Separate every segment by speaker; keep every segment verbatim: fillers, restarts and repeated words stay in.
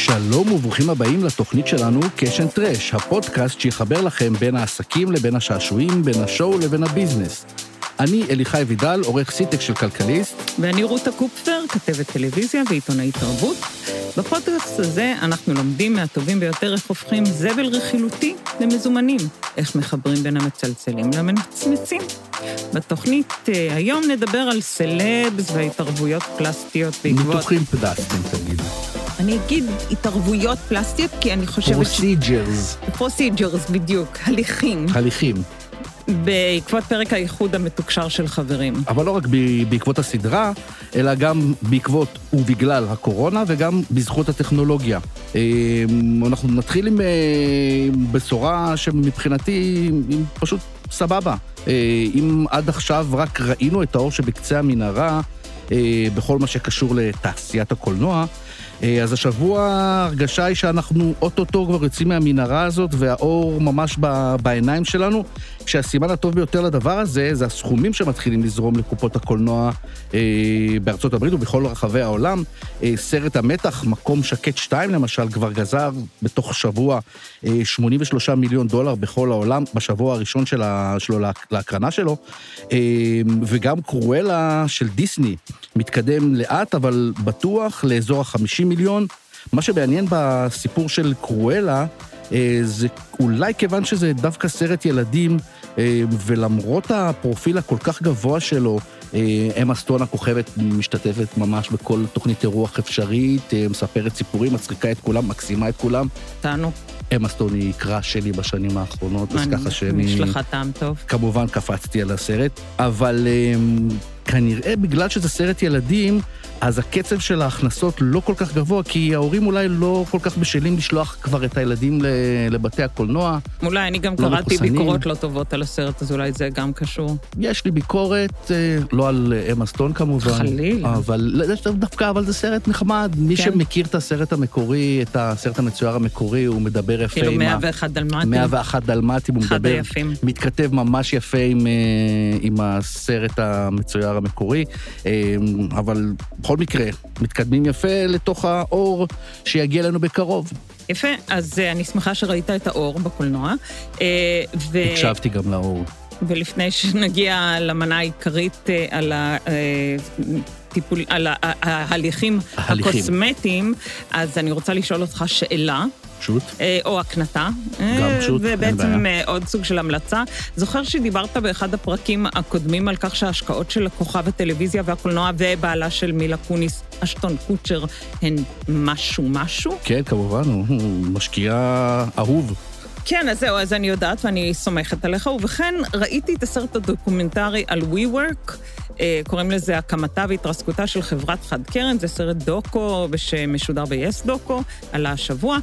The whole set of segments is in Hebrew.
Speaker 1: שלום וברוכים הבאים לתוכנית שלנו קשן טרש, הפודקאסט שיחבר לכם בין העסקים לבין השעשועים, בין השואו לבין הביזנס. אני אליחי וידל, עורך סיטק של כלכליסט.
Speaker 2: ואני רותה קופפר, כתבת טלוויזיה ועיתונאית תרבות. בפודקאסט הזה אנחנו לומדים מהטובים ביותר איך הופכים זבל רכילותי למזומנים, איך מחברים בין המצלצלים למנצנצים. בתוכנית היום נדבר על סלבס והתערבויות פלסטיות בעקבות...
Speaker 1: ניתוחים פלסטיים, תגיד.
Speaker 2: אני אגיד התערבויות פלסטיות, כי אני חושבת...
Speaker 1: פרוסיג'רס.
Speaker 2: פרוסיג'רס, בדיוק, הליכים.
Speaker 1: הליכים.
Speaker 2: בעקבות פרק הייחוד המתוקשר של חברים.
Speaker 1: אבל לא רק בעקבות הסדרה, אלא גם בעקבות ובגלל הקורונה, וגם בזכות הטכנולוגיה. אנחנו נתחיל עם בשורה שמבחינתי היא פשוט סבבה. אם עד עכשיו רק ראינו את האור שבקצה המנהרה, בכל מה שקשור לתעשיית הקולנוע, אז השבוע הרגשה היא שאנחנו אוטוטו כבר יוצאים מהמנהרה הזאת, והאור ממש בעיניים שלנו, שהסימן הטוב ביותר לדבר הזה, זה הסכומים שמתחילים לזרום לקופות הקולנוע בארצות הברית ובכל רחבי העולם. סרט המתח, מקום שקט שתיים למשל, כבר גזר בתוך שבוע שמונים ושלושה מיליון דולר בכל העולם, בשבוע הראשון שלו להקרנה שלו, וגם קרואלה של דיסני מתקדם לאט, אבל בטוח לאזור ה-חמישים מיליון. מה שמעניין בסיפור של קרואלה, זה אולי כיוון שזה דווקא סרט ילדים, ולמרות הפרופיל הכל כך גבוה שלו, אמה סטון הכוכבת משתתפת ממש בכל תוכנית אירוח אפשרית, מספרת סיפורים, מצחיקה את כולם, מקסימה את כולם.
Speaker 2: תענו.
Speaker 1: אמה סטון היא קרא שלי בשנים האחרונות, אז ככה שאני...
Speaker 2: יש לך טעם טוב.
Speaker 1: כמובן קפצתי על הסרט, אבל כנראה בגלל שזה סרט ילדים, אז הקצב של ההכנסות לא כל כך גבוה, כי ההורים אולי לא כל כך בשלים לשלוח כבר את הילדים לבתי הקולנוע.
Speaker 2: אולי אני גם קראתי ביקורות לא טובות על הסרט, אז אולי זה גם קשור.
Speaker 1: יש לי ביקורת, לא על אמה סטון כמובן.
Speaker 2: חלילה.
Speaker 1: אבל דווקא, אבל זה סרט נחמד. מי שמכיר את הסרט המקורי, את הסרט המצויר המקורי, הוא מדבר יפה עם...
Speaker 2: כאילו מאה ואחת דלמטים.
Speaker 1: מאה ואחת דלמטים, הוא מדבר... מתכתב ממש יפה עם, עם הסרט המצויר המקורי, אבל בכל מקרה, מתקדמים יפה לתוך האור שיגיע לנו בקרוב.
Speaker 2: יפה, אז אני שמחה שראית את האור בקולנוע. ו...
Speaker 1: הקשבתי גם לאור.
Speaker 2: ולפני שנגיע למנה העיקרית על ה... טיפול, על ההליכים הקוסמטיים, אז אני רוצה לשאול אותך שאלה.
Speaker 1: פשוט.
Speaker 2: או הקנטה.
Speaker 1: גם פשוט,
Speaker 2: ובעצם עוד סוג של המלצה. זוכר שדיברת באחד הפרקים הקודמים על כך שההשקעות של כוכב הטלוויזיה והקולנוע ובעלה של מילה קוניס, אשטון קוצ'ר, הן משהו משהו?
Speaker 1: כן, כמובן, הוא משקיע אהוב.
Speaker 2: כן, אז זהו, אז אני יודעת ואני סומכת עליך, ובכן ראיתי את הסרט הדוקומנטרי על WeWork, קוראים לזה הקמתה והתרסקותה של חברת חד קרן, זה סרט דוקו שמשודר ב-יס דוקו, עלה השבוע,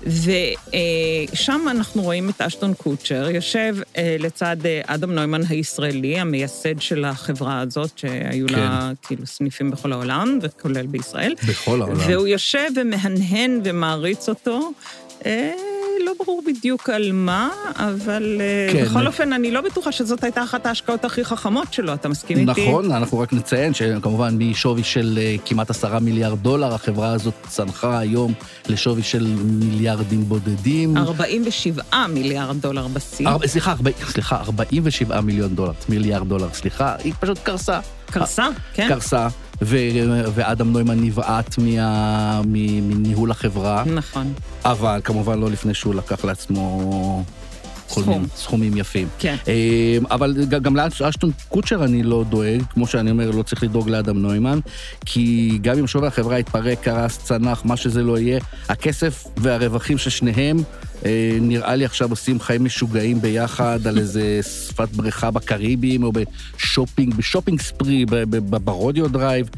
Speaker 2: ושם אנחנו רואים את אשטון קוצ'ר, יושב לצד אדם נוימן הישראלי, המייסד של החברה הזאת, שהיו
Speaker 1: כן.
Speaker 2: לה כאילו סניפים בכל העולם, וכולל בישראל.
Speaker 1: בכל העולם.
Speaker 2: והוא יושב ומהנהן ומעריץ אותו, לא ברור בדיוק על מה, אבל כן. בכל אופן אני לא בטוחה שזאת הייתה אחת ההשקעות הכי חכמות שלו, אתה מסכים איתי?
Speaker 1: נכון, אנחנו רק נציין שכמובן משווי של כמעט עשרה מיליארד דולר, החברה הזאת צנחה היום לשווי של מיליארדים בודדים.
Speaker 2: ארבעים ושבעה מיליארד דולר בסין.
Speaker 1: אר... סליחה, ארבע... סליחה, ארבעים ושבעה מיליון דולר, מיליארד דולר, סליחה, היא פשוט קרסה.
Speaker 2: קרסה, כן.
Speaker 1: קרסה. ו... ואדם נוימן נבעט מה... מניהול החברה.
Speaker 2: נכון.
Speaker 1: אבל כמובן לא לפני שהוא לקח לעצמו סכום. סכומים יפים.
Speaker 2: כן.
Speaker 1: אבל גם לאשטון קוצ'ר אני לא דואג, כמו שאני אומר, לא צריך לדאוג לאדם נוימן, כי גם אם שווי החברה יתפרק, קרס, צנח, מה שזה לא יהיה, הכסף והרווחים של שניהם, נראה לי עכשיו עושים חיים משוגעים ביחד על איזה שפת בריכה בקריבים, או בשופינג, בשופינג ספרי, ברודיו דרייב,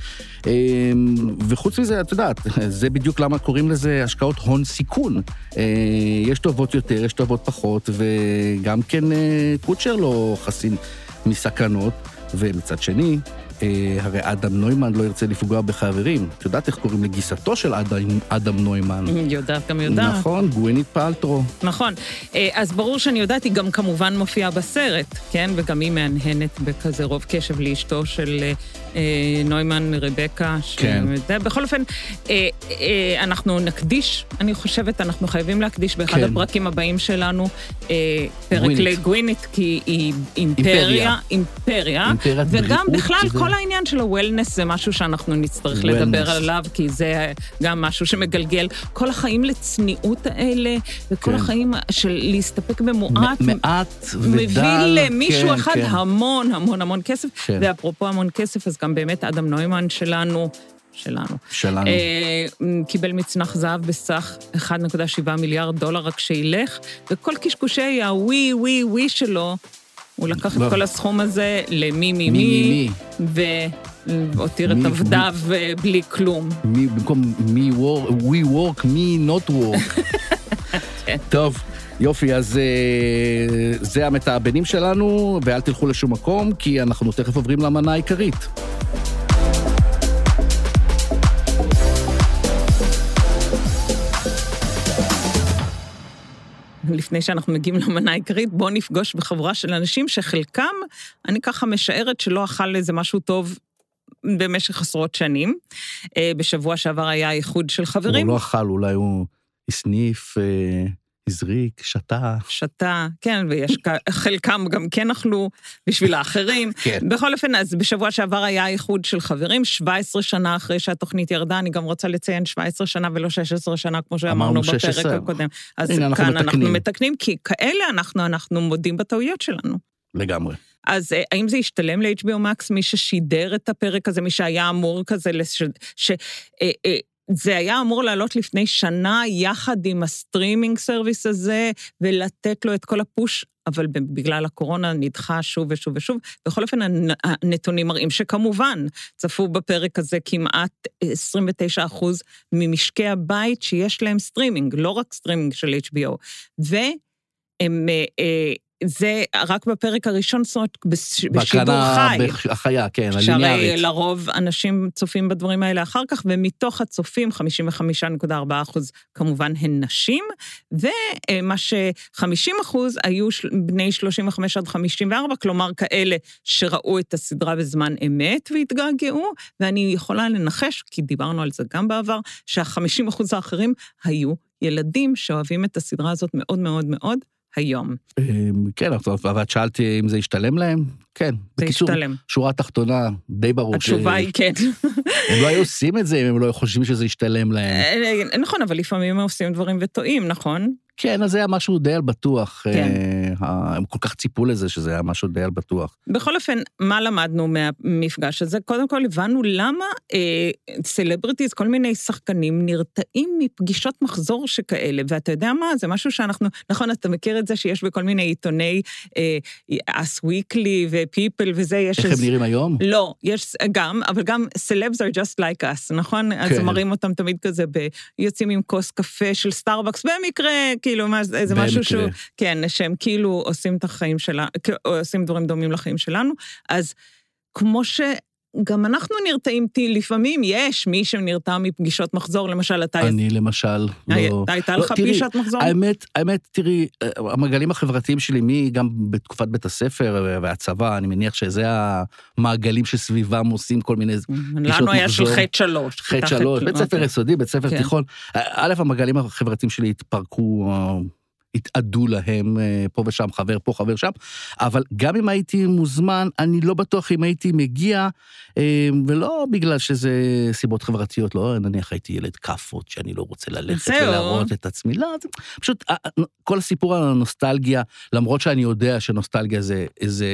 Speaker 1: וחוץ מזה, את יודעת, זה בדיוק למה קוראים לזה השקעות הון סיכון. יש טובות יותר, יש טובות פחות, וגם כן קוצ'ר לא חסין מסכנות, ומצד שני, הרי אדם נוימן לא ירצה לפגוע בחברים. את יודעת איך קוראים לגיסתו של אדם, אדם נוימן?
Speaker 2: יודעת, גם יודעת.
Speaker 1: נכון, גווינית פלטרו.
Speaker 2: נכון. אז ברור שאני יודעת, היא גם כמובן מופיעה בסרט, כן? וגם היא מהנהנת בכזה רוב קשב לאשתו של נוימן, רבקה.
Speaker 1: כן.
Speaker 2: בכל אופן, אנחנו נקדיש, אני חושבת, אנחנו חייבים להקדיש באחד הפרקים הבאים שלנו, פרק לגווינית, כי היא אימפריה, אימפריה, וגם בכלל כל העניין של הוולנס זה משהו שאנחנו נצטרך לדבר עליו, כי זה גם משהו שמגלגל. כל החיים לצניעות האלה, וכל החיים של להסתפק במועט,
Speaker 1: מעט ודל,
Speaker 2: מביא למישהו אחד המון, המון, המון כסף, ואפרופו המון כסף, אז גם באמת אדם נוימן שלנו, שלנו.
Speaker 1: שלנו.
Speaker 2: אה, קיבל מצנח זהב בסך אחד נקודה שבע מיליארד דולר רק שילך, וכל קשקושי הווי ווי ווי שלו, הוא לקח את כל הסכום הזה למי מי מי, והותיר את עבדיו בלי כלום.
Speaker 1: במקום מי וורק, we work, מי not work. טוב. יופי, אז זה המתאבנים שלנו, ואל תלכו לשום מקום, כי אנחנו תכף עוברים למנה העיקרית.
Speaker 2: לפני שאנחנו מגיעים למנה העיקרית, בואו נפגוש בחברה של אנשים שחלקם, אני ככה משערת שלא אכל איזה משהו טוב במשך עשרות שנים. בשבוע שעבר היה איחוד של חברים.
Speaker 1: הוא לא אכל, אולי הוא הסניף, הזריק, שתה.
Speaker 2: שתה, כן, ויש חלקם גם כן אכלו בשביל האחרים.
Speaker 1: כן.
Speaker 2: בכל אופן, אז בשבוע שעבר היה איחוד של חברים, שבע עשרה שנה אחרי שהתוכנית ירדה, אני גם רוצה לציין שבע עשרה שנה ולא שש עשרה שנה, כמו שאמרנו בפרק הקודם. אז
Speaker 1: הנה,
Speaker 2: כאן
Speaker 1: אנחנו
Speaker 2: אנחנו מתקנים, כי כאלה אנחנו, אנחנו מודים בטעויות שלנו.
Speaker 1: לגמרי.
Speaker 2: אז האם זה ישתלם ל-אייץ' בי או Max, מי ששידר את הפרק הזה, מי שהיה אמור כזה, ש... ש... זה היה אמור לעלות לפני שנה יחד עם הסטרימינג סרוויס הזה, ולתת לו את כל הפוש, אבל בגלל הקורונה נדחה שוב ושוב ושוב. בכל אופן, הנתונים מראים שכמובן צפו בפרק הזה כמעט עשרים ותשעה אחוז ממשקי הבית שיש להם סטרימינג, לא רק סטרימינג של אייץ' בי או. והם... זה רק בפרק הראשון, זאת אומרת, בשידור חי.
Speaker 1: החיה, כן,
Speaker 2: הליניארית.
Speaker 1: הליניארית.
Speaker 2: שהרי לרוב אנשים צופים בדברים האלה אחר כך, ומתוך הצופים, חמישים וחמישה נקודה ארבעה אחוז כמובן הן נשים, ומה ש-חמישים אחוז היו בני שלושים וחמש עד חמישים וארבע, כלומר כאלה שראו את הסדרה בזמן אמת והתגעגעו, ואני יכולה לנחש, כי דיברנו על זה גם בעבר, שה-חמישים אחוז האחרים היו ילדים שאוהבים את הסדרה הזאת מאוד מאוד מאוד, היום.
Speaker 1: כן, אבל את שאלתי אם זה ישתלם להם? כן.
Speaker 2: זה ישתלם.
Speaker 1: שורה תחתונה, די ברור.
Speaker 2: התשובה היא כן.
Speaker 1: הם לא היו עושים את זה, אם הם לא חושבים שזה ישתלם להם.
Speaker 2: נכון, אבל לפעמים הם עושים דברים וטועים, נכון?
Speaker 1: כן, אז זה היה משהו די על בטוח. הם כל כך ציפו לזה שזה היה משהו די על בטוח.
Speaker 2: בכל אופן, מה למדנו מהמפגש הזה? קודם כל, הבנו למה סלבריטיז, כל מיני שחקנים, נרתעים מפגישות מחזור שכאלה, ואתה יודע מה? זה משהו שאנחנו, נכון, אתה מכיר את זה שיש בכל מיני עיתוני Us Weekly ו-People וזה, יש...
Speaker 1: איך הם נראים היום?
Speaker 2: לא, יש גם, אבל גם celebs are just like us, נכון? אז מראים אותם תמיד כזה, יוצאים עם כוס קפה של סטארבקס, במקרה, כאילו, זה משהו שהוא, כן, שהם כאילו עושים את החיים שלנו, עושים דברים דומים לחיים שלנו, אז כמו שגם אנחנו נרתעים, לפעמים יש מי שנרתע מפגישות מחזור, למשל, אתה...
Speaker 1: אני למשל, לא...
Speaker 2: הייתה לך פגישת מחזור?
Speaker 1: האמת, האמת, תראי, המעגלים החברתיים שלי, מי גם בתקופת בית הספר והצבא, אני מניח שזה המעגלים שסביבם עושים כל מיני פגישות מחזור. לנו היה
Speaker 2: של חטא שלוש.
Speaker 1: חטא שלוש, בית ספר יסודי, בית ספר תיכון. א', המעגלים החברתיים שלי התפרקו... התעדו להם פה ושם, חבר פה, חבר שם, אבל גם אם הייתי מוזמן, אני לא בטוח אם הייתי מגיע, ולא בגלל שזה סיבות חברתיות, לא, נניח הייתי ילד כפות, שאני לא רוצה ללכת ולהראות את עצמי, לא, פשוט כל הסיפור על הנוסטלגיה, למרות שאני יודע שנוסטלגיה זה איזה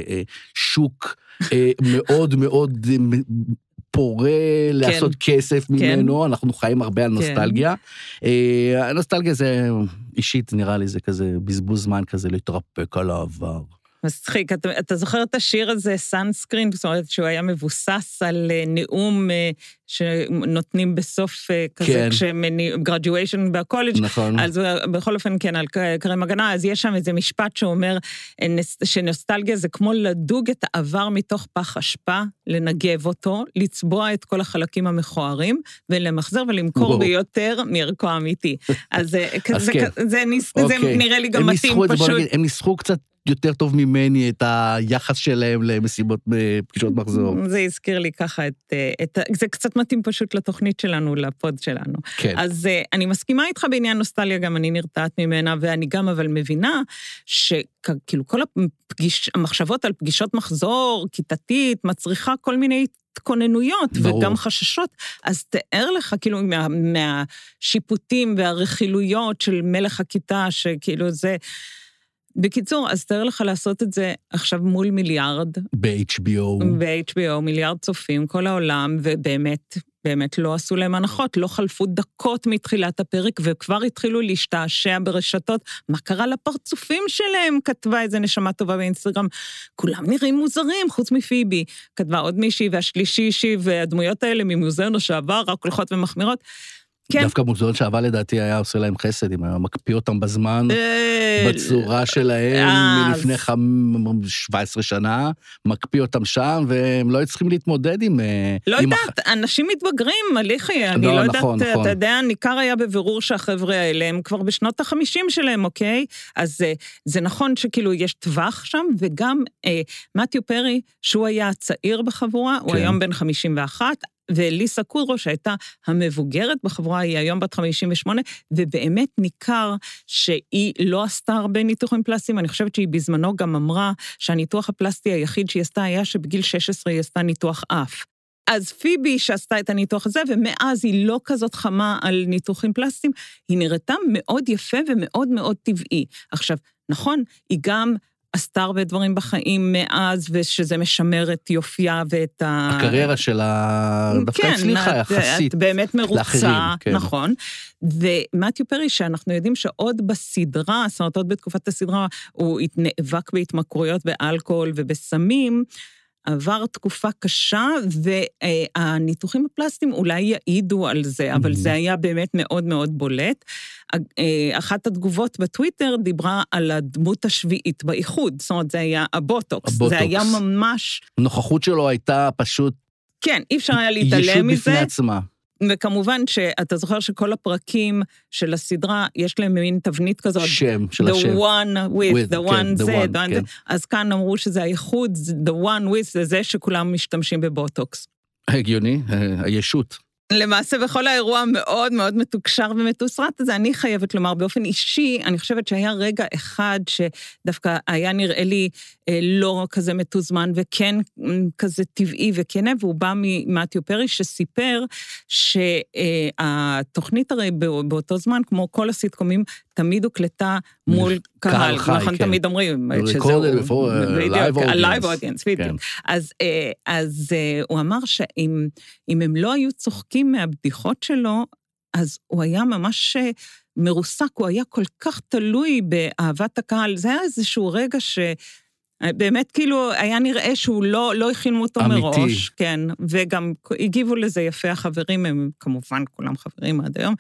Speaker 1: שוק מאוד מאוד פורה לעשות כסף ממנו, אנחנו חיים הרבה על נוסטלגיה. הנוסטלגיה זה אישית, נראה לי, זה כזה בזבוז זמן כזה להתרפק על העבר.
Speaker 2: מצחיק, אתה, אתה זוכר את השיר הזה, סאנסקרין, זאת אומרת שהוא היה מבוסס על נאום שנותנים בסוף כזה,
Speaker 1: כן.
Speaker 2: כשהם graduation בקולג'.
Speaker 1: נכון.
Speaker 2: אז בכל אופן, כן, על קרם הגנה, אז יש שם איזה משפט שאומר, שנוסטלגיה זה כמו לדוג את העבר מתוך פח אשפה, לנגב אותו, לצבוע את כל החלקים המכוערים, ולמחזר ולמכור ביותר מערכו האמיתי. אז זה נראה לי גם מתאים פשוט.
Speaker 1: הם ניסחו קצת יותר טוב ממני את היחס שלהם למסיבות בפגישות מחזור.
Speaker 2: זה הזכיר לי ככה את, את, זה קצת מתאים פשוט לתוכנית שלנו, לפוד שלנו.
Speaker 1: כן.
Speaker 2: אז אני מסכימה איתך בעניין נוסטליה, גם אני נרתעת ממנה, ואני גם אבל מבינה שכאילו כל הפגיש, המחשבות על פגישות מחזור, כיתתית, מצריכה כל מיני התכוננויות וגם חששות, אז תאר לך כאילו מה, מהשיפוטים והרכילויות של מלך הכיתה, שכאילו זה... בקיצור, אז תאר לך לעשות את זה עכשיו מול מיליארד.
Speaker 1: ב-אייץ' בי או.
Speaker 2: ב-אייץ' בי או, מיליארד צופים, כל העולם, ובאמת, באמת לא עשו להם הנחות, לא חלפו דקות מתחילת הפרק, וכבר התחילו להשתעשע ברשתות. מה קרה לפרצופים שלהם? כתבה איזה נשמה טובה באינסטגרם. כולם נראים מוזרים, חוץ מפיבי. כתבה עוד מישהי, והשלישי אישי, והדמויות האלה ממוזיאון שעבר, רק הולכות ומחמירות. כן.
Speaker 1: דווקא מוזיאון שעבר לדעתי היה עושה להם חסד, אם היה מקפיא אותם בזמן, בצורה שלהם מלפני שבע עשרה שנה, מקפיא אותם שם, והם לא צריכים להתמודד עם...
Speaker 2: לא יודעת, אנשים מתבגרים, מליחי, אני לא יודעת, אתה יודע, ניכר היה בבירור שהחבר'ה האלה, הם כבר בשנות החמישים שלהם, אוקיי? אז זה נכון שכאילו יש טווח שם, וגם מתיו פרי, שהוא היה צעיר בחבורה, הוא היום בן חמישים ואחת, וליסה קודרו, שהייתה המבוגרת בחברה, היא היום בת חמישים ושמונה, ובאמת ניכר שהיא לא עשתה הרבה ניתוחים פלסטיים, אני חושבת שהיא בזמנו גם אמרה שהניתוח הפלסטי היחיד שהיא עשתה היה שבגיל שש עשרה היא עשתה ניתוח אף. אז פיבי שעשתה את הניתוח הזה, ומאז היא לא כזאת חמה על ניתוחים פלסטיים, היא נראתה מאוד יפה ומאוד מאוד טבעי. עכשיו, נכון, היא גם... עשתה הרבה דברים בחיים מאז, ושזה משמר את יופייה ואת ה...
Speaker 1: הקריירה שלה דווקא הצליחה יחסית.
Speaker 2: את באמת מרוצה, נכון. ומתיו פרי, שאנחנו יודעים שעוד בסדרה, זאת אומרת, עוד בתקופת הסדרה, הוא נאבק בהתמכרויות באלכוהול ובסמים, עבר תקופה קשה, והניתוחים הפלסטיים אולי יעידו על זה, אבל זה היה באמת מאוד מאוד בולט. אחת התגובות בטוויטר דיברה על הדמות השביעית באיחוד, זאת אומרת, זה היה הבוטוקס, זה היה ממש...
Speaker 1: הנוכחות שלו הייתה פשוט...
Speaker 2: כן, אי אפשר היה להתעלם מזה.
Speaker 1: ישות בפני עצמה.
Speaker 2: וכמובן שאתה זוכר שכל הפרקים של הסדרה, יש להם מין תבנית כזאת.
Speaker 1: שם, של השם.
Speaker 2: The one with, the one זה, the one זה. אז כאן אמרו שזה הייחוד, the one with, זה זה שכולם משתמשים בבוטוקס.
Speaker 1: הגיוני, הישות.
Speaker 2: למעשה, בכל האירוע מאוד מאוד מתוקשר ומתוסרט הזה, אני חייבת לומר, באופן אישי, אני חושבת שהיה רגע אחד שדווקא היה נראה לי לא כזה מתוזמן, וכן כזה טבעי וכן, והוא בא ממתיו פרי שסיפר שהתוכנית הרי באותו זמן, כמו כל הסיטקומים, תמיד הוקלטה מול קהל, נכון תמיד אומרים, ה-live audience, בדיוק. אז הוא אמר שאם הם לא היו צוחקים מהבדיחות שלו, אז הוא היה ממש מרוסק, הוא היה כל כך תלוי באהבת הקהל, זה היה איזשהו רגע ש... באמת כאילו היה נראה שהוא לא, לא הכינו אותו אמיתי. מראש, כן, וגם הגיבו לזה יפה החברים, הם כמובן כולם חברים עד היום,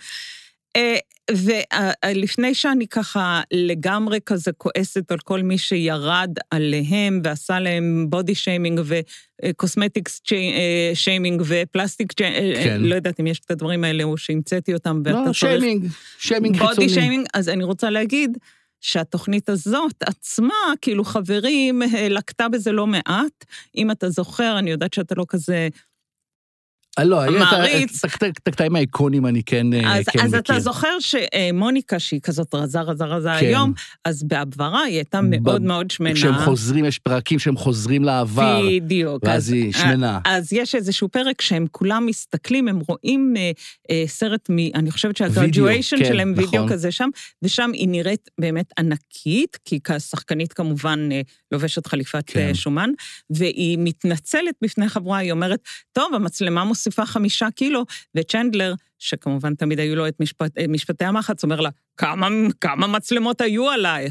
Speaker 2: ולפני שאני ככה לגמרי כזה כועסת על כל מי שירד עליהם ועשה להם בודי שיימינג וקוסמטיקס שיימינג ופלסטיק, לא יודעת אם יש את הדברים האלה או שהמצאתי אותם.
Speaker 1: לא, שיימינג, שיימינג חיצוני.
Speaker 2: בודי שיימינג, אז אני רוצה להגיד שהתוכנית הזאת עצמה, כאילו חברים, לקטה בזה לא מעט. אם אתה זוכר, אני יודעת שאתה לא כזה...
Speaker 1: לא, את הקטעים האיקונים אני כן מכיר.
Speaker 2: אז אתה זוכר שמוניקה, שהיא כזאת רזה, רזה, רזה היום, אז בעברה היא הייתה מאוד מאוד שמנה.
Speaker 1: כשהם חוזרים, יש פרקים שהם חוזרים לעבר.
Speaker 2: בדיוק.
Speaker 1: ואז היא שמנה.
Speaker 2: אז יש איזשהו פרק שהם כולם מסתכלים, הם רואים סרט, אני חושבת שהגרדואשן שלהם וידאו כזה שם, ושם היא נראית באמת ענקית, כי כשחקנית כמובן לובשת חליפת שומן, והיא מתנצלת בפני חברה, היא אומרת, טוב, המצלמה מוסיפה חמישה קילו, וצ'נדלר, שכמובן תמיד היו לו את משפט, משפטי המחץ, אומר לה, כמה, כמה מצלמות היו עלייך?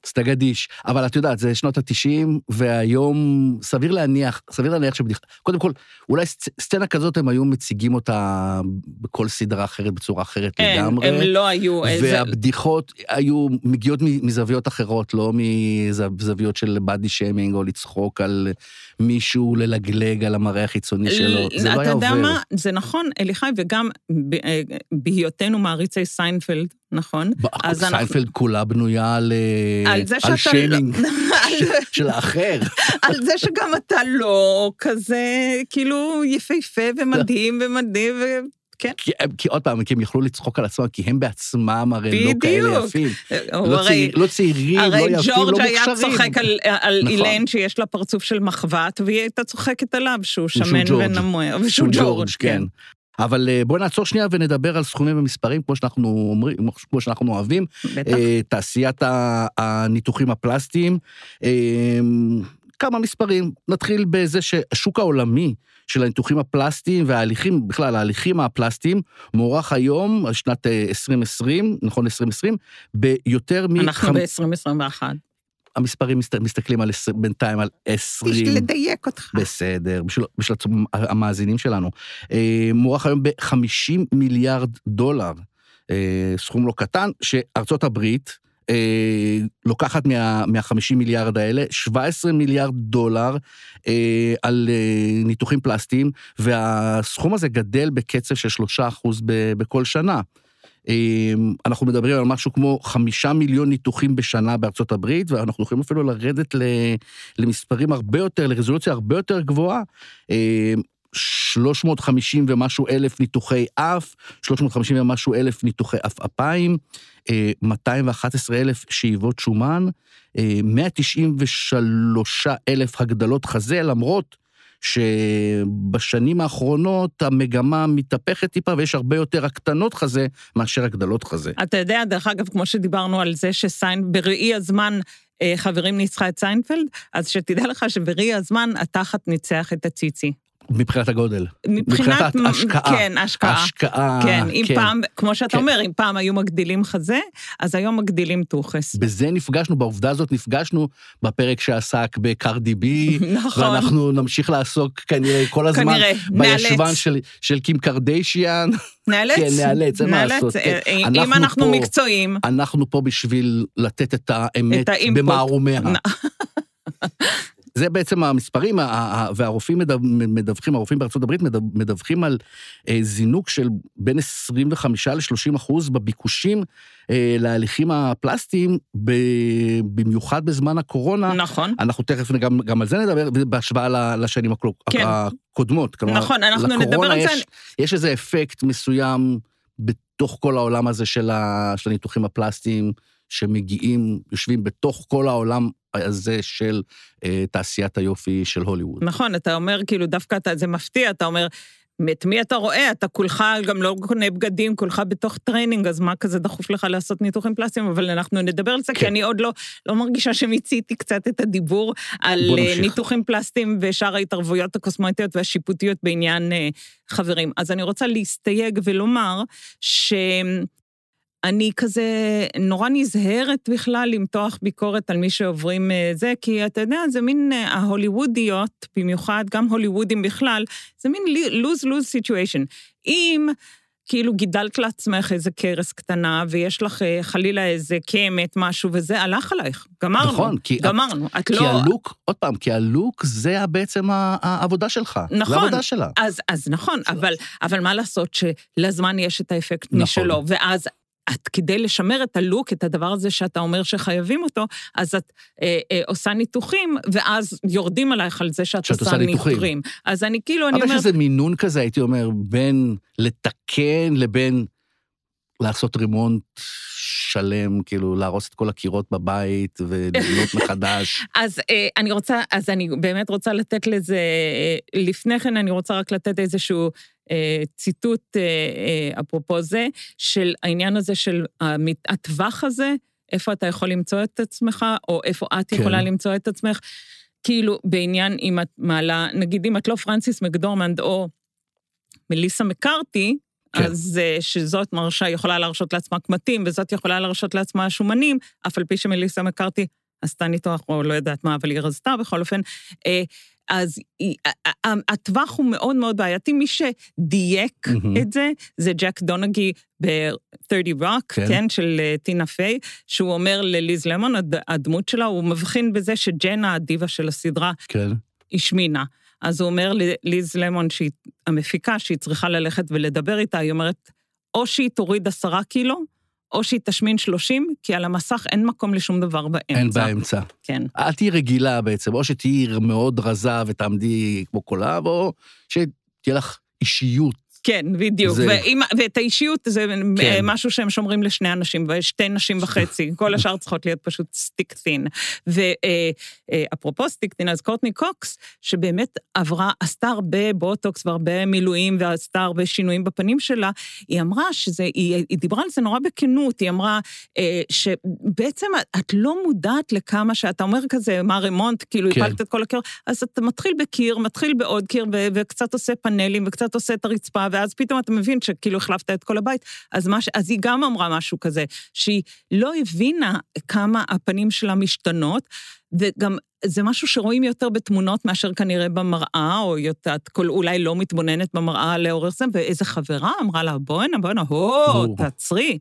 Speaker 1: סטגדיש, אבל את יודעת, זה שנות ה-תשעים, והיום סביר להניח, סביר להניח שבדיחה, קודם כל, אולי סצנה כזאת הם היו מציגים אותה בכל סדרה אחרת, בצורה אחרת
Speaker 2: אין,
Speaker 1: לגמרי.
Speaker 2: הם לא היו...
Speaker 1: והבדיחות היו מגיעות מזוויות אחרות, לא מזוויות של בדי שיימינג, או לצחוק על מישהו, ללגלג על המראה החיצוני שלו. זה לא היה עובר.
Speaker 2: אתה יודע מה? זה נכון, אליחי, וגם בהיותנו מעריצי סיינפלד, נכון?
Speaker 1: סיינפלד כולה בנויה על שיימינג של האחר.
Speaker 2: על זה שגם אתה לא כזה, כאילו, יפהפה ומדהים ומדהים, כן.
Speaker 1: כי עוד פעם, כי הם יכלו לצחוק על עצמם, כי הם בעצמם הרי לא כאלה יפים. לא צעירים, לא יפים, לא מוכשרים.
Speaker 2: הרי ג'ורג' היה צוחק על אילן שיש לה פרצוף של מחבת, והיא הייתה צוחקת עליו שהוא שמן ונמוה.
Speaker 1: ושהוא ג'ורג', כן. אבל בואו נעצור שנייה ונדבר על סכומים ומספרים, כמו שאנחנו אומרים, כמו שאנחנו אוהבים.
Speaker 2: בטח.
Speaker 1: תעשיית הניתוחים הפלסטיים. כמה מספרים. נתחיל בזה שהשוק העולמי של הניתוחים הפלסטיים וההליכים, בכלל ההליכים הפלסטיים, מוערך היום, על שנת עשרים עשרים, נכון עשרים עשרים, ביותר מ...
Speaker 2: אנחנו ב-עשרים עשרים ואחת.
Speaker 1: המספרים מסתכלים על בינתיים על עשרים.
Speaker 2: בשביל לדייק אותך.
Speaker 1: בסדר, בשביל, בשביל המאזינים שלנו. מוערך היום ב-חמישים מיליארד דולר, סכום לא קטן, שארצות הברית לוקחת מה, מה-חמישים מיליארד האלה, שבעה עשר מיליארד דולר על ניתוחים פלסטיים, והסכום הזה גדל בקצב של שלושה אחוז בכל שנה. אנחנו מדברים על משהו כמו חמישה מיליון ניתוחים בשנה בארצות הברית, ואנחנו יכולים אפילו לרדת למספרים הרבה יותר, לרזולוציה הרבה יותר גבוהה, שלוש מאות וחמישים ומשהו אלף ניתוחי אף, שלוש מאות וחמישים ומשהו אלף ניתוחי אפיים, מאתיים ואחת עשרה אלף שאיבות שומן, מאה תשעים ושלושה אלף הגדלות חזה, למרות שבשנים האחרונות המגמה מתהפכת טיפה, ויש הרבה יותר הקטנות חזה מאשר הגדלות חזה.
Speaker 2: אתה יודע, דרך אגב, כמו שדיברנו על זה שסיין, בראי הזמן חברים ניצחה את סיינפלד, אז שתדע לך שבראי הזמן התחת ניצח את הציצי.
Speaker 1: מבחינת הגודל.
Speaker 2: מבחינת
Speaker 1: השקעה.
Speaker 2: כן, השקעה.
Speaker 1: השקעה.
Speaker 2: כן, אם פעם, כמו שאתה אומר, אם פעם היו מגדילים חזה, אז היום מגדילים תוכס.
Speaker 1: בזה נפגשנו, בעובדה הזאת נפגשנו בפרק שעסק בקרדי בי,
Speaker 2: נכון.
Speaker 1: ואנחנו נמשיך לעסוק כנראה כל הזמן, בישבן של, של קים קרדיישיאן.
Speaker 2: נאלץ.
Speaker 1: כן, נאלץ, אין מה לעשות.
Speaker 2: אם אנחנו מקצועיים.
Speaker 1: אנחנו פה בשביל לתת את האמת במערומיה. זה בעצם המספרים, והרופאים מדווחים, הרופאים בארצות הברית מדווחים על זינוק של בין עשרים וחמישה לשלושים אחוז בביקושים להליכים הפלסטיים, במיוחד בזמן הקורונה.
Speaker 2: נכון.
Speaker 1: אנחנו תכף גם, גם על זה נדבר, בהשוואה לשנים הקודמות.
Speaker 2: כן. נכון, אנחנו נדבר על זה.
Speaker 1: יש, יש איזה אפקט מסוים בתוך כל העולם הזה של, ה, של הניתוחים הפלסטיים, שמגיעים, יושבים בתוך כל העולם הזה של אה, תעשיית היופי של הוליווד.
Speaker 2: נכון, אתה אומר, כאילו, דווקא אתה, זה מפתיע, אתה אומר, את מי אתה רואה? אתה כולך גם לא קונה בגדים, כולך בתוך טריינינג, אז מה כזה דחוף לך לעשות ניתוחים פלסטיים? אבל אנחנו נדבר על זה, כן. כי אני עוד לא, לא מרגישה שמיציתי קצת את הדיבור על ניתוחים פלסטיים ושאר ההתערבויות הקוסמטיות והשיפוטיות בעניין אה, חברים. אז אני רוצה להסתייג ולומר ש... אני כזה נורא נזהרת בכלל למתוח ביקורת על מי שעוברים זה, כי אתה יודע, זה מין ההוליוודיות, במיוחד, גם הוליוודים בכלל, זה מין lose-lose situation. אם כאילו גידלת לעצמך איזה קרס קטנה, ויש לך חלילה איזה קמת, משהו, וזה הלך עלייך. גמרנו.
Speaker 1: נכון, כי,
Speaker 2: גמרנו.
Speaker 1: את, כי לא... הלוק, עוד פעם, כי הלוק זה בעצם העבודה שלך.
Speaker 2: נכון.
Speaker 1: זה העבודה שלה.
Speaker 2: אז, אז נכון, אבל, אבל מה לעשות שלזמן יש את האפקט נכון. משלו, ואז... את כדי לשמר את הלוק, את הדבר הזה שאתה אומר שחייבים אותו, אז את אה, אה, עושה ניתוחים, ואז יורדים עלייך על זה שאת עושה ניתוחים. אז אני כאילו, אני אומרת...
Speaker 1: אבל יש איזה מינון כזה, הייתי אומר, בין לתקן לבין לעשות רימונט שלם, כאילו להרוס את כל הקירות בבית ולבנות מחדש.
Speaker 2: אז אה, אני רוצה, אז אני באמת רוצה לתת לזה, אה, לפני כן אני רוצה רק לתת איזשהו, ציטוט אפרופו זה, של העניין הזה של הטווח הזה, איפה אתה יכול למצוא את עצמך, או איפה את יכולה למצוא את עצמך, כאילו בעניין אם את מעלה, נגיד אם את לא פרנסיס מקדורמנד, או מליסה מקארתי, כן. אז שזאת מרשה יכולה להרשות לעצמה קמטים, וזאת יכולה להרשות לעצמה שומנים, אף על פי שמליסה מקארתי עשתה ניתוח, או לא יודעת מה, אבל היא רזתה בכל אופן. אז הטווח הוא מאוד מאוד בעייתי, מי שדייק את זה, זה ג'ק דונגי ב-שלושים Rock, כן, של טינה פיי, שהוא אומר לליז למון, הדמות שלה, הוא מבחין בזה שג'נה, הדיבה של הסדרה, היא שמינה. אז הוא אומר לליז למון, שהיא המפיקה, שהיא צריכה ללכת ולדבר איתה, היא אומרת, או שהיא תוריד עשרה קילו, או שהיא תשמין שלושים, כי על המסך אין מקום לשום דבר באמצע.
Speaker 1: אין באמצע.
Speaker 2: כן.
Speaker 1: את תהיי רגילה בעצם, או שתהיי מאוד רזה ותעמדי כמו קולב, או שתהיה לך אישיות.
Speaker 2: כן, בדיוק.
Speaker 1: זה...
Speaker 2: ואם, ואת האישיות זה כן. משהו שהם שומרים לשני אנשים, ושתי נשים וחצי. כל השאר צריכות להיות פשוט סטיק טין. ואפרופו סטיק טין, אז קורטני קוקס, שבאמת עברה, עשתה הרבה בוטוקס והרבה מילואים, ועשתה הרבה שינויים בפנים שלה, היא אמרה שזה, היא, היא דיברה על זה נורא בכנות, היא אמרה שבעצם את לא מודעת לכמה שאתה אומר כזה, מה רמונט, כאילו כן. הפלת את כל הקיר, אז אתה מתחיל בקיר, מתחיל בעוד קיר, ו- וקצת עושה פאנלים, וקצת עושה את הרצפה, ואז פתאום אתה מבין שכאילו החלפת את כל הבית, אז, מש, אז היא גם אמרה משהו כזה, שהיא לא הבינה כמה הפנים שלה משתנות, וגם זה משהו שרואים יותר בתמונות מאשר כנראה במראה, או יותר, כל, אולי לא מתבוננת במראה לאורך זה, ואיזה חברה אמרה לה, בואנה, בואנה, הו, תעצרי.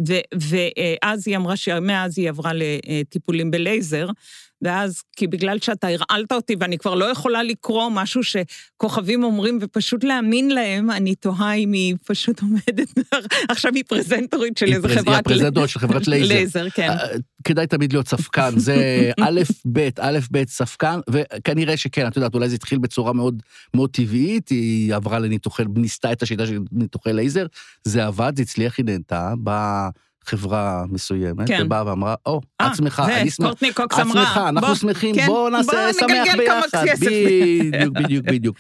Speaker 2: ואז היא אמרה שמאז היא עברה לטיפולים בלייזר, ואז, כי בגלל שאתה הרעלת אותי, ואני כבר לא יכולה לקרוא משהו שכוכבים אומרים, ופשוט להאמין להם, אני תוהה אם היא פשוט עומדת, עכשיו היא פרזנטורית של איזה חברת...
Speaker 1: היא הפרזנטורית של חברת לייזר.
Speaker 2: לייזר, כן.
Speaker 1: כדאי תמיד להיות ספקן, זה א' ב', א' ב' ספקן, וכנראה שכן, את יודעת, אולי זה התחיל בצורה מאוד מאוד טבעית, היא עברה לניתוחי, ניסתה את השיטה של ניתוחי לייזר, זה עבד, זה הצליח, היא נהנתה, באה... חברה מסוימת, כן. ובאה ואמרה, או, את שמחה, אני שמח,
Speaker 2: קורטני קוקס אמרה,
Speaker 1: את שמחה, אנחנו שמחים, כן, בואו נעשה שמח ביחד, בדיוק, בדיוק, בדיוק.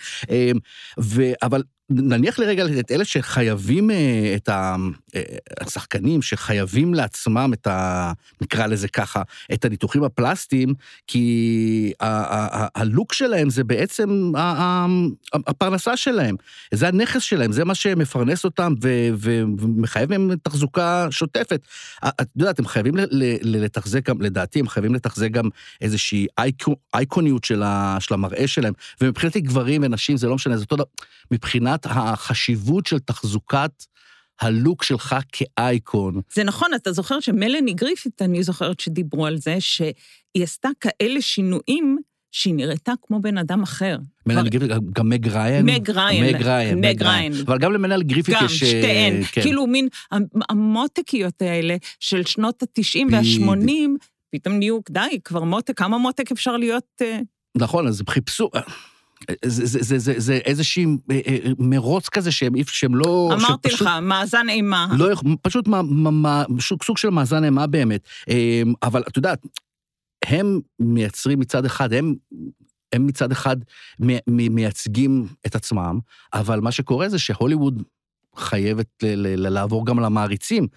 Speaker 1: אבל נניח לרגע את אלה שחייבים את השחקנים, שחייבים לעצמם את ה... נקרא לזה ככה, את הניתוחים הפלסטיים, כי הלוק שלהם זה בעצם הפרנסה שלהם, זה הנכס שלהם, זה מה שמפרנס אותם ומחייב מהם תחזוקה שוטפת. את יודעת, הם חייבים לתחזק גם, לדעתי, הם חייבים לתחזק גם איזושהי אייקוניות של המראה שלהם, ומבחינתי גברים ונשים, זה לא משנה, זה אותו דבר, מבחינת החשיבות של תחזוקת הלוק שלך כאייקון.
Speaker 2: זה נכון, אתה זוכר שמלני גריפית, אני זוכרת שדיברו על זה, שהיא עשתה כאלה שינויים, שהיא נראתה כמו בן אדם אחר.
Speaker 1: מלני גריפית, גם מג ריין?
Speaker 2: מג ריין.
Speaker 1: מג ריין.
Speaker 2: מג ריין.
Speaker 1: אבל גם למלני גריפית יש...
Speaker 2: גם, שתיהן. כאילו מין המותקיות האלה של שנות ה-תשעים וה-שמונים, פתאום נהיו, די, כבר מותק, כמה מותק אפשר להיות...
Speaker 1: נכון, אז חיפשו... זה, זה, זה, זה, זה איזושהי מרוץ כזה שהם, שהם לא...
Speaker 2: אמרתי לך, מאזן אימה.
Speaker 1: לא, פשוט מה, מה, סוג של מאזן אימה באמת. אבל את יודעת, הם מייצרים מצד אחד, הם, הם מצד אחד מייצגים את עצמם, אבל מה שקורה זה שהוליווד חייבת לעבור גם למעריצים,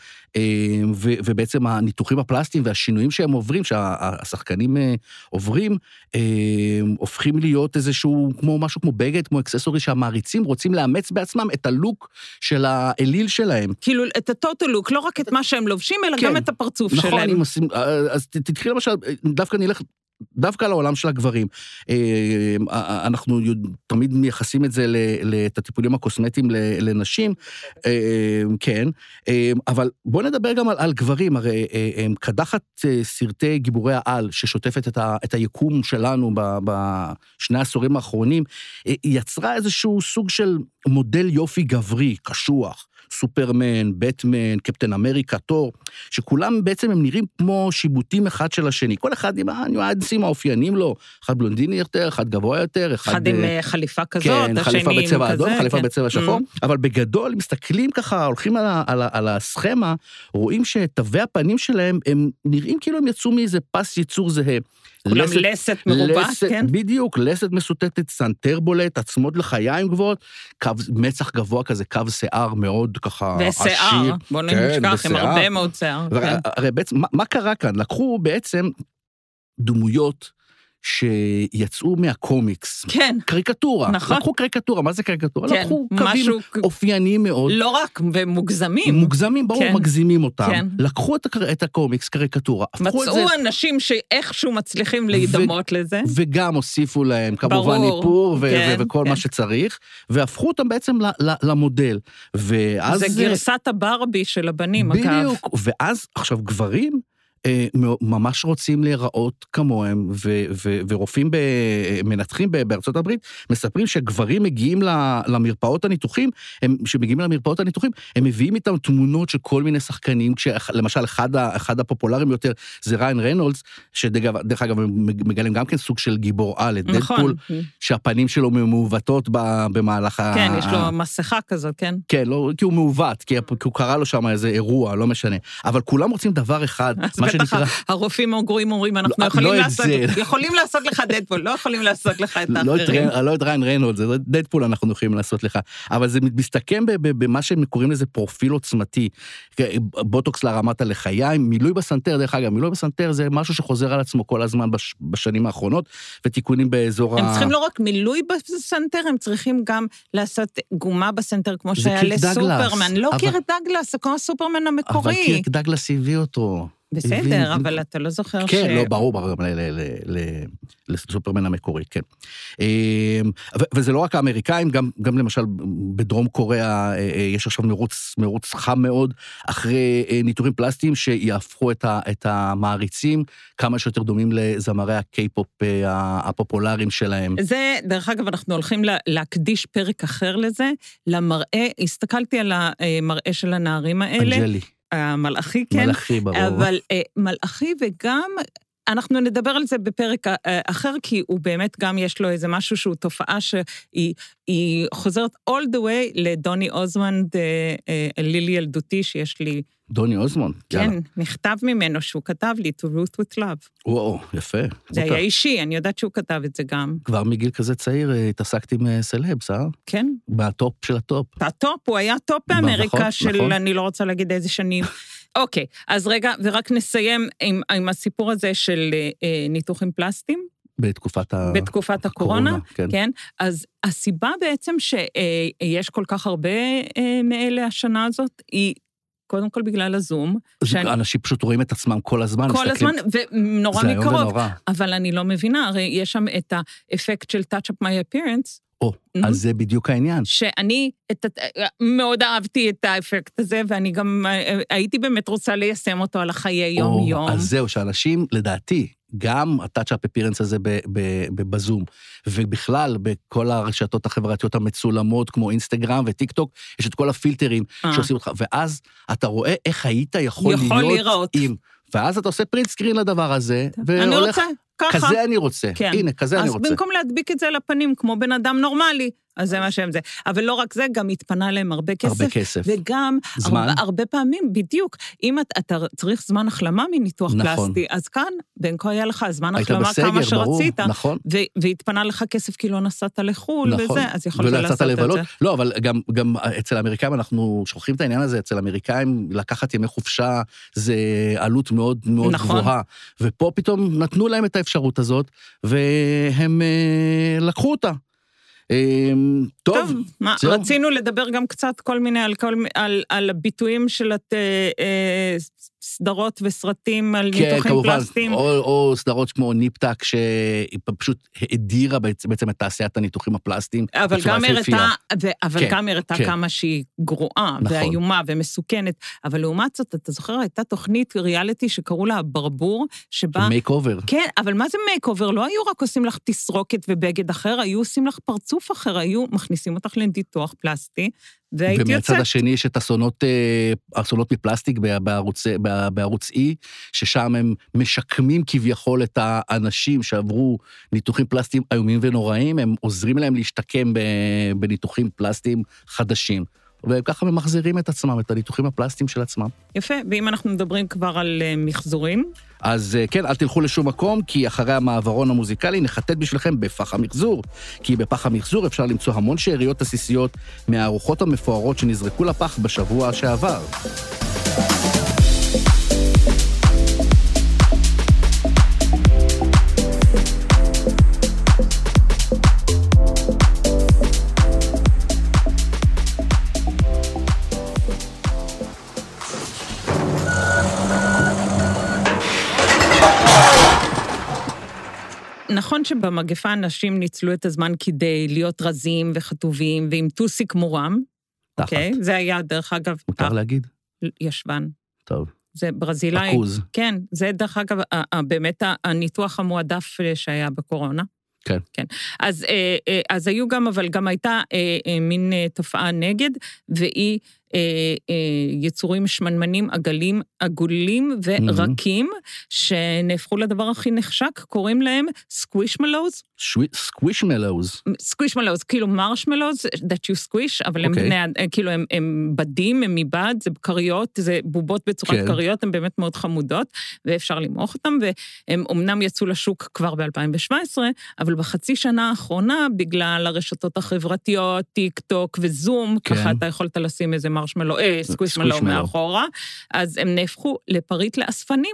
Speaker 1: ובעצם הניתוחים הפלסטיים והשינויים שהם עוברים, שהשחקנים עוברים, הופכים להיות איזשהו, כמו משהו כמו בגד, כמו אקססורי, שהמעריצים רוצים לאמץ בעצמם את הלוק של האליל שלהם.
Speaker 2: כאילו, את הטוטל לוק, לא רק את מה שהם לובשים, אלא גם את הפרצוף שלהם.
Speaker 1: נכון, אז תתחיל למשל, דווקא נלך... דווקא לעולם של הגברים. אנחנו תמיד מייחסים את זה, את הטיפולים הקוסמטיים לנשים, כן, אבל בואו נדבר גם על גברים, הרי קדחת סרטי גיבורי העל, ששוטפת את היקום שלנו בשני העשורים האחרונים, יצרה איזשהו סוג של מודל יופי גברי, קשוח, סופרמן, בטמן, קפטן אמריקה, תור, שכולם בעצם הם נראים כמו שיבוטים אחד של השני. כל אחד עם הניואנסים האופיינים לו, אחד בלונדיני יותר, אחד גבוה יותר, אחד...
Speaker 2: אחד עם חליפה כזאת,
Speaker 1: כן, חליפה בצבע אדום, חליפה בצבע שחור, אבל בגדול, מסתכלים ככה, הולכים על הסכמה, רואים שתווי הפנים שלהם, הם נראים כאילו הם יצאו מאיזה פס ייצור זהה.
Speaker 2: כולם לסת מרובת, כן?
Speaker 1: בדיוק, לסת מסוטטת, סנטר בולט, עצמות לחיים גבוהות, קו מצח גבוה כזה, קו שיער מאוד ככה עשיר.
Speaker 2: ושיער, בוא נשכח, עם הרבה מאוד שיער.
Speaker 1: הרי בעצם, מה קרה כאן? לקחו בעצם דמויות שיצאו מהקומיקס.
Speaker 2: כן.
Speaker 1: קריקטורה.
Speaker 2: נכון.
Speaker 1: לקחו קריקטורה, מה זה קריקטורה?
Speaker 2: כן,
Speaker 1: לקחו קווים
Speaker 2: משהו...
Speaker 1: אופייניים מאוד.
Speaker 2: לא רק, ומוגזמים.
Speaker 1: מוגזמים, ברור,
Speaker 2: כן.
Speaker 1: מגזימים אותם.
Speaker 2: כן.
Speaker 1: לקחו את, הקר... את הקומיקס, קריקטורה.
Speaker 2: מצאו
Speaker 1: זה...
Speaker 2: אנשים שאיכשהו מצליחים להידמות ו... לזה.
Speaker 1: וגם הוסיפו להם, כמובן, ניפור ו...
Speaker 2: כן,
Speaker 1: ו... וכל
Speaker 2: כן.
Speaker 1: מה שצריך, והפכו אותם בעצם ל... למודל. ואז...
Speaker 2: זה גרסת הברבי של הבנים, אגב.
Speaker 1: בדיוק, ואז, עכשיו, גברים... ממש רוצים להיראות כמוהם, ו- ו- ורופאים מנתחים בארצות הברית, מספרים שגברים מגיעים למרפאות הניתוחים, הם, שמגיעים למרפאות הניתוחים, הם מביאים איתם תמונות של כל מיני שחקנים, למשל אחד, אחד הפופולריים יותר, זה ריין רנולדס, שדרך אגב מגלם גם כן סוג של גיבור על, את דדפול, שהפנים שלו מעוותות במהלך ה...
Speaker 2: כן, יש לו מסכה כזאת, כן?
Speaker 1: כן, לא, כי הוא מעוות, כי הוא קרא לו שם איזה אירוע, לא משנה. אבל כולם רוצים דבר אחד, מה שנקרא...
Speaker 2: הרופאים הגרועים אומרים, אנחנו יכולים לעשות לך דדפול, לא יכולים לעשות לך את האחרים.
Speaker 1: לא את ריין רנולדס, זה דדפול אנחנו יכולים לעשות לך, אבל זה מסתכם במה שהם קוראים לזה פרופיל עוצמתי, בוטוקס להרמת הלחיים, מילוי בסנטר, דרך אגב, מילוי בסנטר זה משהו שחוזר על עצמו כל הזמן בשנים האחרונות, ותיקונים באזור ה...
Speaker 2: הם צריכים לא רק מילוי בסנטר, הם צריכים גם לעשות גומה בסנטר, כמו שהיה לסופרמן, לא קירק דגלס, זה כמו הסופרמן המקורי.
Speaker 1: אבל קירק דגלס הביא אותו.
Speaker 2: בסדר, אבל אתה לא זוכר ש...
Speaker 1: כן, לא, ברור, ברור, לסופרמן המקורי, כן. וזה לא רק האמריקאים, גם למשל בדרום קוריאה יש עכשיו מרוץ חם מאוד, אחרי ניתוחים פלסטיים שיהפכו את המעריצים, כמה שיותר דומים לזמרי הקיי-פופ הפופולריים שלהם.
Speaker 2: זה, דרך אגב, אנחנו הולכים להקדיש פרק אחר לזה, למראה, הסתכלתי על המראה של הנערים האלה.
Speaker 1: אנג'לי.
Speaker 2: המלאכי, כן.
Speaker 1: מלאכי, ברור.
Speaker 2: אבל מלאכי וגם, אנחנו נדבר על זה בפרק אחר, כי הוא באמת גם יש לו איזה משהו שהוא תופעה שהיא חוזרת all the way לדוני אוזמונד, לילי ילדותי שיש לי.
Speaker 1: דוני אוזמונד?
Speaker 2: כן, נכתב ממנו שהוא כתב לי to root with love.
Speaker 1: וואו, יפה.
Speaker 2: זה היה אישי, אני יודעת שהוא כתב את זה גם.
Speaker 1: כבר מגיל כזה צעיר התעסקתי עם סלבס, אה?
Speaker 2: כן.
Speaker 1: בטופ של הטופ.
Speaker 2: הטופ, הוא היה טופ באמריקה של, אני לא רוצה להגיד איזה שנים. אוקיי, אז רגע, ורק נסיים עם, עם הסיפור הזה של אה, ניתוחים פלסטיים.
Speaker 1: בתקופת, ה...
Speaker 2: בתקופת הקורונה, הקורונה כן. כן. אז הסיבה בעצם שיש כל כך הרבה אה, מאלה השנה הזאת, היא קודם כל בגלל הזום.
Speaker 1: שאני... אנשים פשוט רואים את עצמם כל הזמן.
Speaker 2: כל
Speaker 1: מסתכלים...
Speaker 2: הזמן, ונורא מקרוב. ונורא. אבל אני לא מבינה, הרי יש שם את האפקט של touch up my appearance,
Speaker 1: או, אז זה בדיוק העניין.
Speaker 2: שאני את, מאוד אהבתי את האפקט הזה, ואני גם הייתי באמת רוצה ליישם אותו על החיי יום-יום.
Speaker 1: אז זהו, שאנשים, לדעתי, גם הטאצ'-אפ אפירנס הזה בזום, ובכלל בכל הרשתות החברתיות המצולמות, כמו אינסטגרם וטיק טוק, יש את כל הפילטרים שעושים אותך, ואז אתה רואה איך היית יכול להיות עם, ואז אתה עושה פרינט סקרין לדבר הזה, והולך... ככה. כזה אני רוצה, כן. הנה, כזה אני רוצה.
Speaker 2: אז במקום להדביק את זה לפנים, כמו בן אדם נורמלי, אז זה מה שהם זה. אבל לא רק זה, גם התפנה להם הרבה כסף.
Speaker 1: הרבה כסף.
Speaker 2: וגם
Speaker 1: זמן.
Speaker 2: הרבה, הרבה פעמים, בדיוק, אם אתה, אתה צריך זמן החלמה מניתוח נכון. פלסטי, אז כאן, בין כה היה לך זמן החלמה בסגר, כמה שרצית, ברור,
Speaker 1: נכון.
Speaker 2: ו- והתפנה לך כסף כי לא נסעת לחול, נכון. וזה, אז יכולת לעשות
Speaker 1: לבלות.
Speaker 2: את זה.
Speaker 1: לא, אבל גם, גם אצל האמריקאים, אנחנו שוכחים את העניין הזה, אצל האמריקאים, לקחת ימי חופשה, זה עלות מאוד מאוד נכון. גבוהה. ופה פתאום נתנו להם את האפשרות הזאת, והם אה, לקחו אותה. אה, טוב.
Speaker 2: טוב, מה, רצינו לדבר גם קצת כל מיני, על, כל, על, על הביטויים של הת, אה, סדרות וסרטים על
Speaker 1: כן,
Speaker 2: ניתוחים
Speaker 1: כמובן,
Speaker 2: פלסטיים.
Speaker 1: או, או סדרות כמו ניפטק, שהיא פשוט הדירה בעצם את תעשיית הניתוחים הפלסטיים.
Speaker 2: אבל גם הראתה, אבל
Speaker 1: כן,
Speaker 2: גם הראתה
Speaker 1: כן.
Speaker 2: כמה שהיא גרועה,
Speaker 1: נכון.
Speaker 2: ואיומה ומסוכנת, אבל לעומת זאת, אתה זוכר, הייתה תוכנית ריאליטי שקראו לה ברבור, שבה...
Speaker 1: מייק אובר.
Speaker 2: כן, אבל מה זה מייק אובר? לא היו רק עושים לך תסרוקת ובגד אחר, היו עושים לך פרצוף אחר, היו מכניסים אותך לניתוח פלסטי, והייתי יוצאת.
Speaker 1: ומהצד השני יש את אסונות, אסונות מפלסטיק בערוץ, בערוץ E, ששם הם משקמים כביכול את האנשים שעברו ניתוחים פלסטיים איומים ונוראים, הם עוזרים להם להשתקם בניתוחים פלסטיים חדשים. וככה הם מחזירים את עצמם, את הניתוחים הפלסטיים של עצמם.
Speaker 2: יפה, ואם אנחנו מדברים כבר על מחזורים?
Speaker 1: אז כן, אל תלכו לשום מקום, כי אחרי המעברון המוזיקלי נחטט בשבילכם בפח המחזור. כי בפח המחזור אפשר למצוא המון שאריות עסיסיות מהארוחות המפוארות שנזרקו לפח בשבוע שעבר.
Speaker 2: נכון שבמגפה אנשים ניצלו את הזמן כדי להיות רזים וחטובים, ועם טוסיק מורם.
Speaker 1: תחת.
Speaker 2: אוקיי? זה היה, דרך אגב...
Speaker 1: מותר להגיד?
Speaker 2: ישבן.
Speaker 1: טוב.
Speaker 2: זה ברזילאי.
Speaker 1: עכוז. כן,
Speaker 2: זה דרך אגב, באמת הניתוח המועדף שהיה בקורונה.
Speaker 1: כן.
Speaker 2: כן. אז, אז היו גם, אבל גם הייתה מין תופעה נגד, והיא יצורים שמנמנים עגלים, עגולים ורקים, שנהפכו לדבר הכי נחשק, קוראים להם סקווישמלוז.
Speaker 1: סקווישמלוז.
Speaker 2: סקווישמלוז, כאילו מרשמלוז, that you squish, אבל הם בני, כאילו הם, הם בדים, הם מבד, זה קריות, זה בובות בצורת קריות, הן באמת מאוד חמודות, ואפשר למעוך אותם, והם אמנם יצאו לשוק כבר ב-אלפיים שבע עשרה, אבל בחצי שנה האחרונה, בגלל הרשתות החברתיות, טיק טוק וזום, ככה אתה יכולת לשים איזה מרשמלו, אה, סקווישמלו מאחורה, אז הם נהפכו לפריט לאספנים,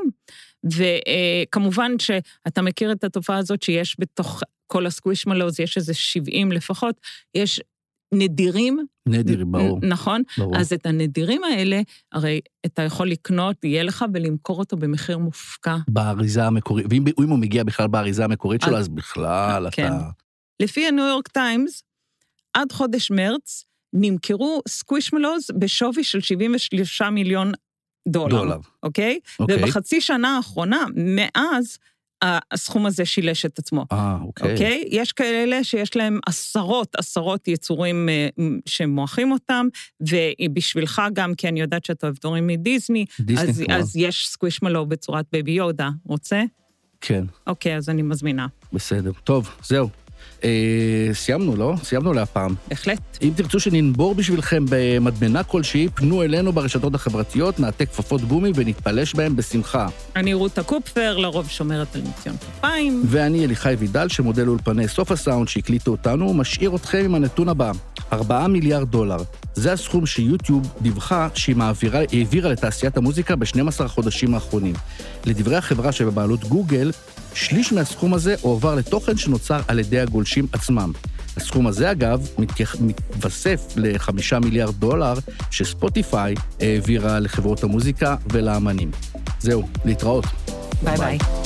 Speaker 2: וכמובן שאתה מכיר את התופעה הזאת שיש בתוך כל הסקווישמלוז, יש איזה שבעים לפחות, יש נדירים.
Speaker 1: נדירים, ברור.
Speaker 2: נכון?
Speaker 1: ברור.
Speaker 2: אז את הנדירים האלה, הרי אתה יכול לקנות, יהיה לך ולמכור אותו במחיר מופקע.
Speaker 1: באריזה המקורית, ואם הוא מגיע בכלל באריזה המקורית שלו, אז בכלל
Speaker 2: כן.
Speaker 1: אתה...
Speaker 2: לפי הניו יורק טיימס, עד חודש מרץ, נמכרו סקווישמלוז בשווי של שבעים ושלושה מיליון דולר.
Speaker 1: דולר.
Speaker 2: אוקיי?
Speaker 1: אוקיי.
Speaker 2: ובחצי שנה האחרונה, מאז, הסכום הזה שילש את עצמו.
Speaker 1: אה, אוקיי.
Speaker 2: אוקיי? יש כאלה שיש להם עשרות, עשרות יצורים שמואחים אותם, ובשבילך גם, כי אני יודעת שאתה אוהב דברים מדיסני,
Speaker 1: דיסני,
Speaker 2: אז, אז יש סקווישמלו בצורת בייבי יודה. רוצה?
Speaker 1: כן.
Speaker 2: אוקיי, אז אני מזמינה.
Speaker 1: בסדר. טוב, זהו. אה, סיימנו, לא? סיימנו להפעם.
Speaker 2: בהחלט.
Speaker 1: אם תרצו שננבור בשבילכם במדמנה כלשהי, פנו אלינו ברשתות החברתיות, נעטה כפפות גומי ונתפלש בהם בשמחה.
Speaker 2: אני רותה קופפר, לרוב שומרת על ניקיון כפיים.
Speaker 1: ואני אליחי וידל, שמודל אולפני סוף הסאונד שהקליטו אותנו, משאיר אתכם עם הנתון הבא. ארבעה מיליארד דולר. זה הסכום שיוטיוב דיווחה שהיא מעבירה, העבירה לתעשיית המוזיקה ב-שנים עשר החודשים האחרונים. לדברי החברה שבבעלות גוגל, שליש מהסכום הזה הועבר לתוכן שנוצר על ידי הגולשים עצמם. הסכום הזה, אגב, מתווסף לחמישה מיליארד דולר שספוטיפיי העבירה לחברות המוזיקה ולאמנים. זהו, להתראות.
Speaker 2: ביי ביי.